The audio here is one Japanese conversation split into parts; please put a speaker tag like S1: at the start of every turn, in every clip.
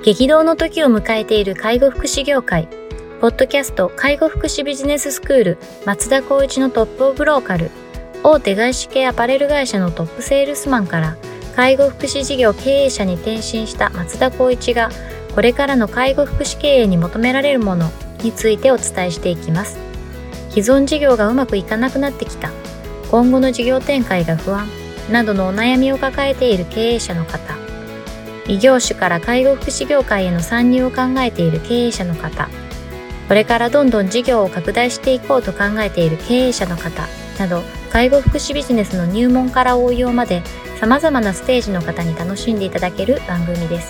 S1: 激動の時を迎えている介護福祉業界。ポッドキャスト介護福祉ビジネススクール松田光一のトップオブローカル。大手外資系アパレル会社のトップセールスマンから介護福祉事業経営者に転身した松田光一が、これからの介護福祉経営に求められるものについてお伝えしていきます。既存事業がうまくいかなくなってきた、今後の事業展開が不安などのお悩みを抱えている経営者の方、異業種から介護福祉業界への参入を考えている経営者の方、これからどんどん事業を拡大していこうと考えている経営者の方など、介護福祉ビジネスの入門から応用まで様々なステージの方に楽しんでいただける番組です。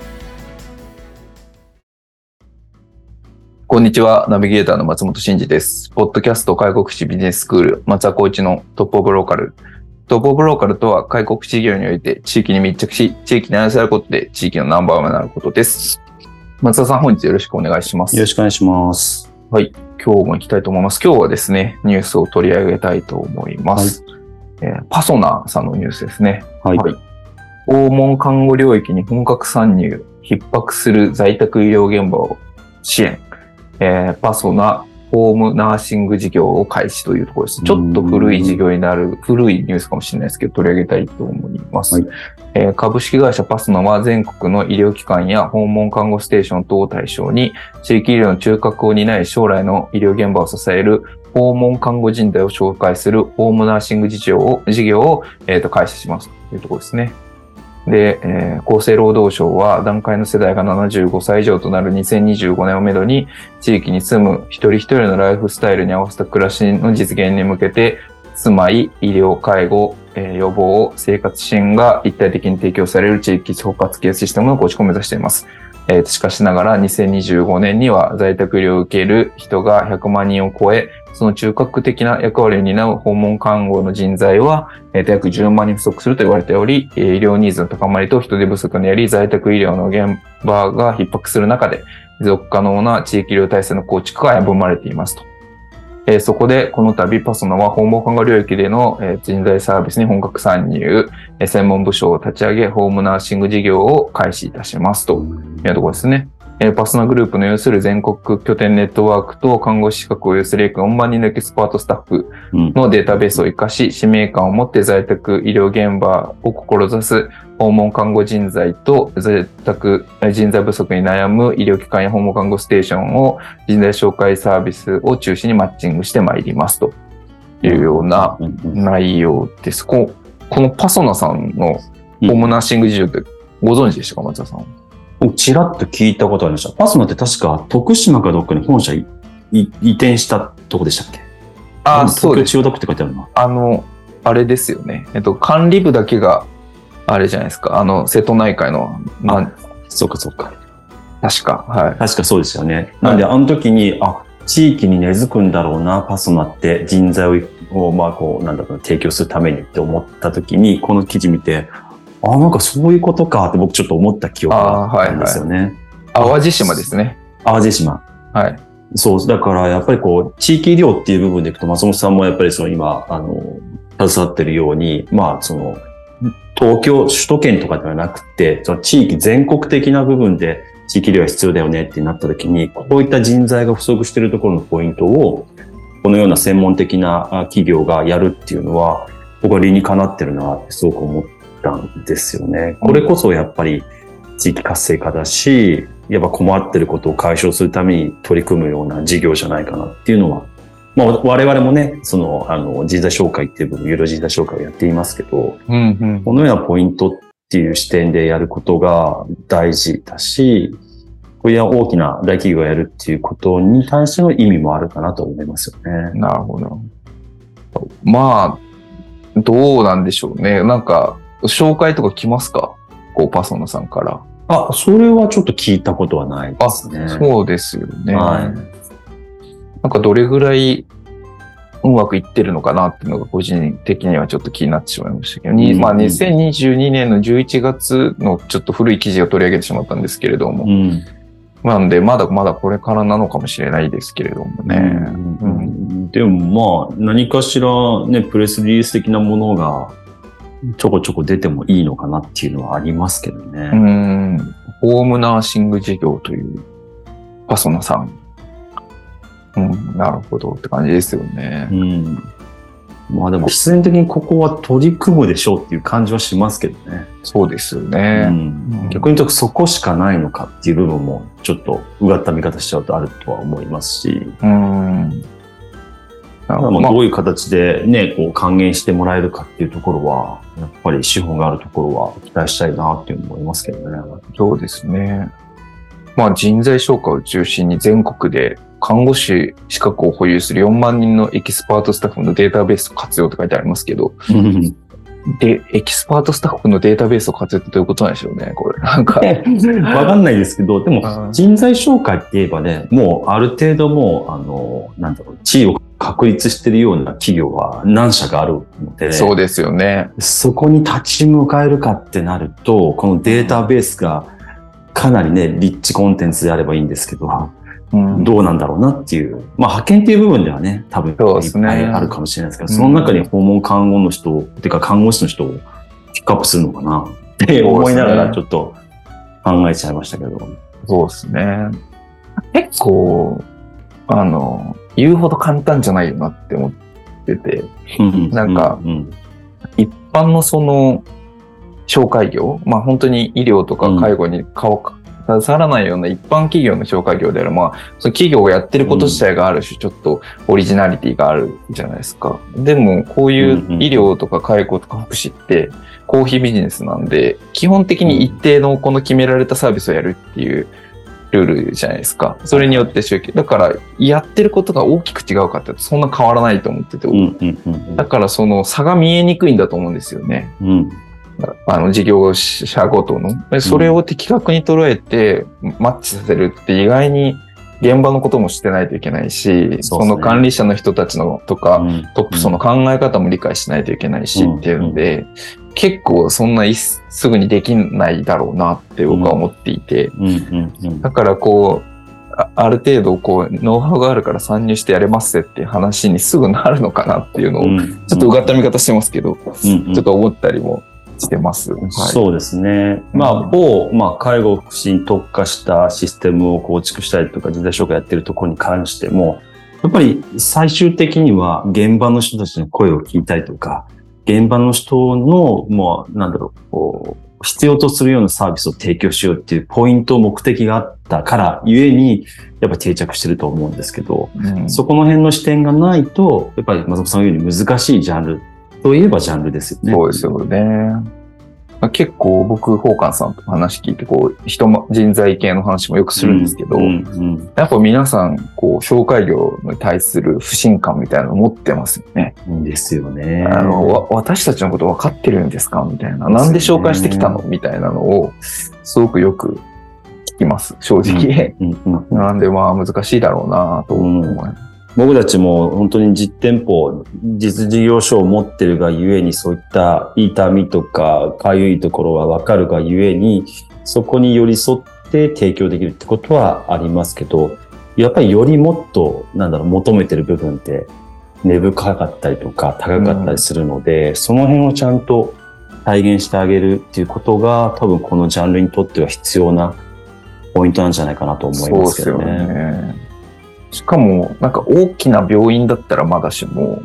S2: こんにちは、ナビゲーターの松本真嗣です。ポッドキャスト介護福祉ビジネススクール松田光一のトップオブローカル。トップオブローカルとは、介護福祉事業において地域に密着し、地域に愛されることで地域のナンバーワンになることです。松田さん、本日よろしくお願いします。
S3: よろしくお願いします。
S2: はい、今日も行きたいと思います。今日はですね、ニュースを取り上げたいと思います。パソナさんのニュースですね。
S3: はい。
S2: 訪問看護領域に本格参入、逼迫する在宅医療現場を支援。パソナホームナーシング事業を開始というところです。ちょっと古い事業になる、古いニュースかもしれないですけど、取り上げたいと思います。はい。株式会社パソナは全国の医療機関や訪問看護ステーション等を対象に、地域医療の中核を担い将来の医療現場を支える訪問看護人材を紹介するホームナーシング事業を開始しますというところですね。で、厚生労働省は段階の世代が75歳以上となる2025年をめどに、地域に住む一人一人のライフスタイルに合わせた暮らしの実現に向けて、住まい、医療、介護、予防、生活支援が一体的に提供される地域包括ケアシステムの構築を目指しています。しかしながら2025年には在宅医療を受ける人が100万人を超え、その中核的な役割を担う訪問看護の人材は、約10万人不足すると言われており、医療ニーズの高まりと人手不足により在宅医療の現場が逼迫する中で、持続可能な地域医療体制の構築が危ぶまれていますと。そこで、この度パソナは訪問看護領域での人材サービスに本格参入、専門部署を立ち上げ、ホームナーシング事業を開始いたしますというところですね。パソナグループの有する全国拠点ネットワークと看護師資格を有する約4万人のエキスパートスタッフのデータベースを活かし、使命感を持って在宅医療現場を志す訪問看護人材と在宅人材不足に悩む医療機関や訪問看護ステーションを人材紹介サービスを中心にマッチングしてまいりますというような内容です。このパソナさんのホームナーシング事業ってご存知でしたか、松田さん？
S3: ちらっと聞いたことありました。パソナって確か徳島かどっかに本社移転したとこでしたっけ？そうです。東京千代田区って書いてあるな。
S2: あれですよね。管理部だけがあれじゃないですか。瀬戸内海の。
S3: そうかそうか。
S2: 確か。はい。
S3: 確かそうですよね。なんで、あの時に、地域に根付くんだろうな、パソナって人材を、提供するためにって思った時に、この記事見て、なんかそういうことかって僕ちょっと思った記憶があったんですよね。
S2: 淡路島ですね。
S3: 淡路島。
S2: はい。
S3: そう、だからやっぱり地域医療っていう部分でいくと、松本さんもやっぱり今、携わってるように、東京、首都圏とかではなくて、その地域全国的な部分で地域医療が必要だよねってなった時に、こういった人材が不足しているところのポイントを、このような専門的な企業がやるっていうのは、僕は理にかなってるなってすごく思ったんですよね。これこそやっぱり地域活性化だし、やっぱ困ってることを解消するために取り組むような事業じゃないかなっていうのは、我々もね、人材紹介っていう部分、有料人材紹介をやっていますけど、このようなポイントっていう視点でやることが大事だし、こういう大きな大企業がやるっていうことに対しての意味もあるかなと思いますよね。
S2: なるほど。どうなんでしょうね。なんか、紹介とか来ますか？パソナさんから。
S3: それはちょっと聞いたことはないですね。
S2: そうですよね。
S3: はい。
S2: なんかどれぐらいうまくいってるのかなっていうのが個人的にはちょっと気になってしまいましたけど、2022年の11月のちょっと古い記事を取り上げてしまったんですけれども、なんでまだまだこれからなのかもしれないですけれどもね。
S3: でも何かしらね、プレスリリース的なものがちょこちょこ出てもいいのかなっていうのはありますけどね。
S2: ホームナーシング事業というパソナさん。なるほどって感じですよね。
S3: まあでも必然的にここは取り組むでしょうっていう感じはしますけどね。
S2: そうですよね。
S3: 逆に言うとそこしかないのかっていう部分もちょっとうがった見方しちゃうとあるとは思いますし。どういう形でね、こう還元してもらえるかっていうところは、やっぱり資本があるところは期待したいなっていう思いますけどね。
S2: そうですね。まあ人材紹介を中心に全国で看護師資格を保有する4万人のエキスパートスタッフのデータベースを活用って書いてありますけど、で、エキスパートスタッフのデータベースを活用ってどういうことなんでしょうね、これ。なんか。
S3: わかんないですけど、でも人材紹介って言えばね、もうある程度もう、地位を確立しているような企業は何社かあるので、
S2: そうですよね。
S3: そこに立ち向かえるかってなると、このデータベースがかなりね、リッチコンテンツであればいいんですけど、どうなんだろうなっていう。まあ派遣っていう部分ではね、多分いっぱいあるかもしれないですけど、その中に訪問看護の人、てか看護師の人をピックアップするのかなって思いながらちょっと考えちゃいましたけど。
S2: そうですね。結構、言うほど簡単じゃないよなって思ってて、なんか、一般のその、紹介業、まあ本当に医療とか介護に携わらないような一般企業の紹介業である、まあ、その企業がやってること自体がある種、ちょっとオリジナリティがあるじゃないですか。でも、こういう医療とか介護とか福祉って、公費ビジネスなんで、基本的に一定のこの決められたサービスをやるっていうルールじゃないですか。それによって収益。だから、やってることが大きく違うかってそんな変わらないと思ってて、だからその差が見えにくいんだと思うんですよね。事業者ごとの。それを的確に捉えてマッチさせるって意外に現場のこともしてないといけないし、その管理者の人たちのとか、トップ層の考え方も理解しないといけないしっていうので、結構そんなすぐにできないだろうなって僕は思っていて、だからこう、ある程度こう、ノウハウがあるから参入してやれますっていう話にすぐなるのかなっていうのを、ちょっとうがった見方してますけど、ちょっと思ったりもしてます。
S3: そうですね。介護福祉に特化したシステムを構築したりとか、人材紹介やってるところに関しても、やっぱり最終的には現場の人たちの声を聞いたりとか、現場の人の、必要とするようなサービスを提供しようっていうポイント、目的があったからゆえに、やっぱ定着してると思うんですけど、そこの辺の視点がないと、やっぱり松本さんのように難しいジャンルといえばジャンルですよね。
S2: そうですよね。結構僕、ホーカンさんと話聞いて、人材系の話もよくするんですけど、やっぱ皆さん、紹介業に対する不信感みたいなのを持ってますよね。
S3: ですよね。
S2: 私たちのこと分かってるんですかみたいな。なんで紹介してきたのみたいなのを、すごくよく聞きます、正直。なんで難しいだろうなと思います。
S3: 僕たちも本当に実店舗、実事業所を持ってるがゆえに、そういった痛みとかかゆいところはわかるがゆえに、そこに寄り添って提供できるってことはありますけど、やっぱりよりもっと、求めてる部分って根深かったりとか高かったりするので、その辺をちゃんと体現してあげるっていうことが、多分このジャンルにとっては必要なポイントなんじゃないかなと思いますけどね。そうですよね。
S2: しかも、大きな病院だったらまだしも、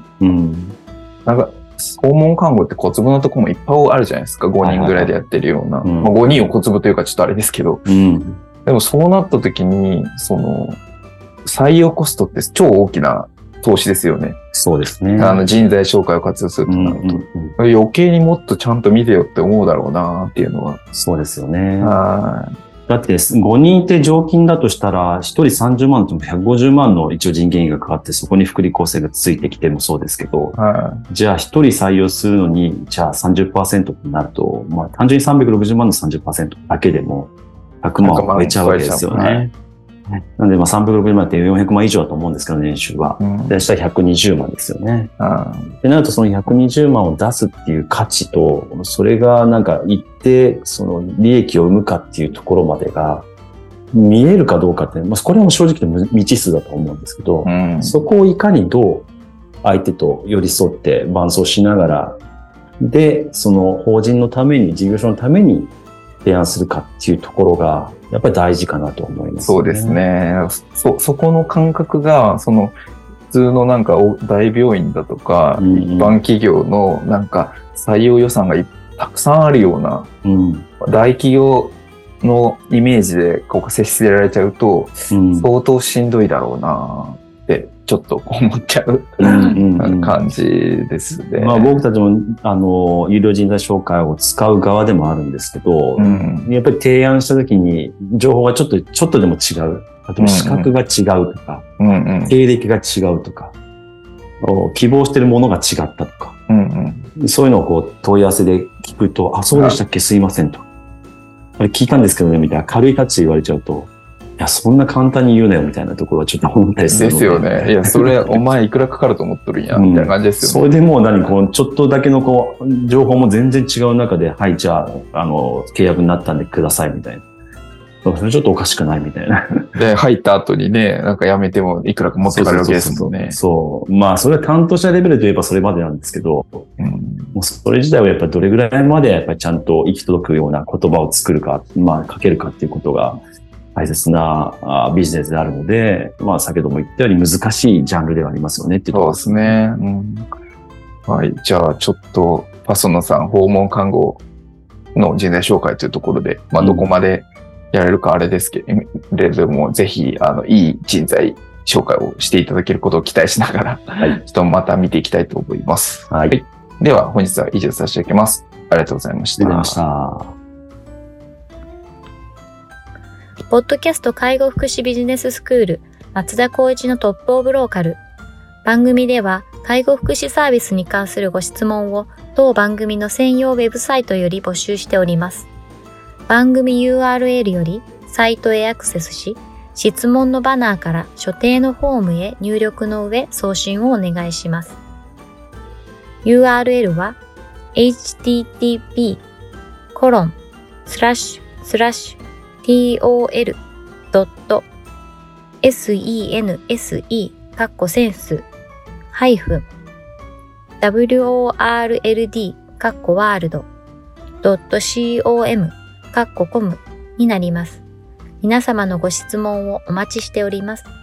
S2: 訪問看護って小粒のとこもいっぱいあるじゃないですか。5人ぐらいでやってるような。5人を小粒というかちょっとあれですけど。でもそうなった時に、採用コストって超大きな投資ですよね。
S3: そうですね。
S2: 人材紹介を活用するとなると。余計にもっとちゃんと見てよって思うだろうなっていうのは。
S3: そうですよね。だって5人いて常勤だとしたら、1人30万とも150万の一応人件費がかかって、そこに福利厚生がついてきてもそうですけど、じゃあ1人採用するのに、じゃあ 30% になると、単純に360万の 30% だけでも100万を超えちゃうわけですよね。なんで360万って400万以上だと思うんですけど、年収は。で、したら120万ですよね。で、なるとその120万を出すっていう価値と、それが一定、利益を生むかっていうところまでが見えるかどうかって、これはもう正直で未知数だと思うんですけど、そこをいかにどう相手と寄り添って伴走しながら、 で、その法人のために、事業所のために提案するかっていうところが、やっぱり大事かなと思いますね。
S2: そうですね。そこの感覚が、その、普通のなんか大病院だとか、一般企業のなんか採用予算がたくさんあるような、大企業のイメージでこう接せられちゃうと、相当しんどいだろうなってちょっと思っちゃう感じですね。
S3: まあ僕たちも有料人材紹介を使う側でもあるんですけど、やっぱり提案した時に情報がちょっとでも違う。例えば資格が違うとか、経歴が違うとか、希望してるものが違ったとか、そういうのをこう問い合わせで聞くと、あ、そうでしたっけ、すいませんと。あれ聞いたんですけどね、みたいな軽いタッチで言われちゃうと、いや、そんな簡単に言うなよ、みたいなところはちょっと思ったりするので。
S2: ですよね。いや、それ、お前いくらかかると思っとるんや、みたいな感じですよね。
S3: それでもうちょっとだけの情報も全然違う中で、はい、じゃあ、契約になったんでください、みたいな。それちょっとおかしくないみたいな。
S2: で、入った後にね、なんか辞めてもいくらか持ってかれるわけですもんね。
S3: そう。まあ、それは担当者レベルといえばそれまでなんですけど、もうそれ自体はやっぱりどれぐらいまでやっぱりちゃんと行き届くような言葉を作るか、まあ、書けるかっていうことが大切なビジネスであるので、まあ、先ほども言ったように難しいジャンルではありますよねっていうところ。
S2: そうですね。はい。じゃあ、ちょっと、パソノさん、訪問看護の人材紹介というところで、まあ、どこまでやれるかあれですけれども、ぜひ、いい人材紹介をしていただけることを期待しながら、ちょっとまた見ていきたいと思います。はい。では、本日は以上させていただきます。ありがとうございました。
S3: ありがとうございま
S1: した。ポッドキャスト介護福祉ビジネススクール、松田光一のトップオブローカル。番組では、介護福祉サービスに関するご質問を、当番組の専用ウェブサイトより募集しております。番組 URL よりサイトへアクセスし、質問のバナーから所定のフォームへ入力の上送信をお願いします。URL は http://world.com になります。皆様のご質問をお待ちしております。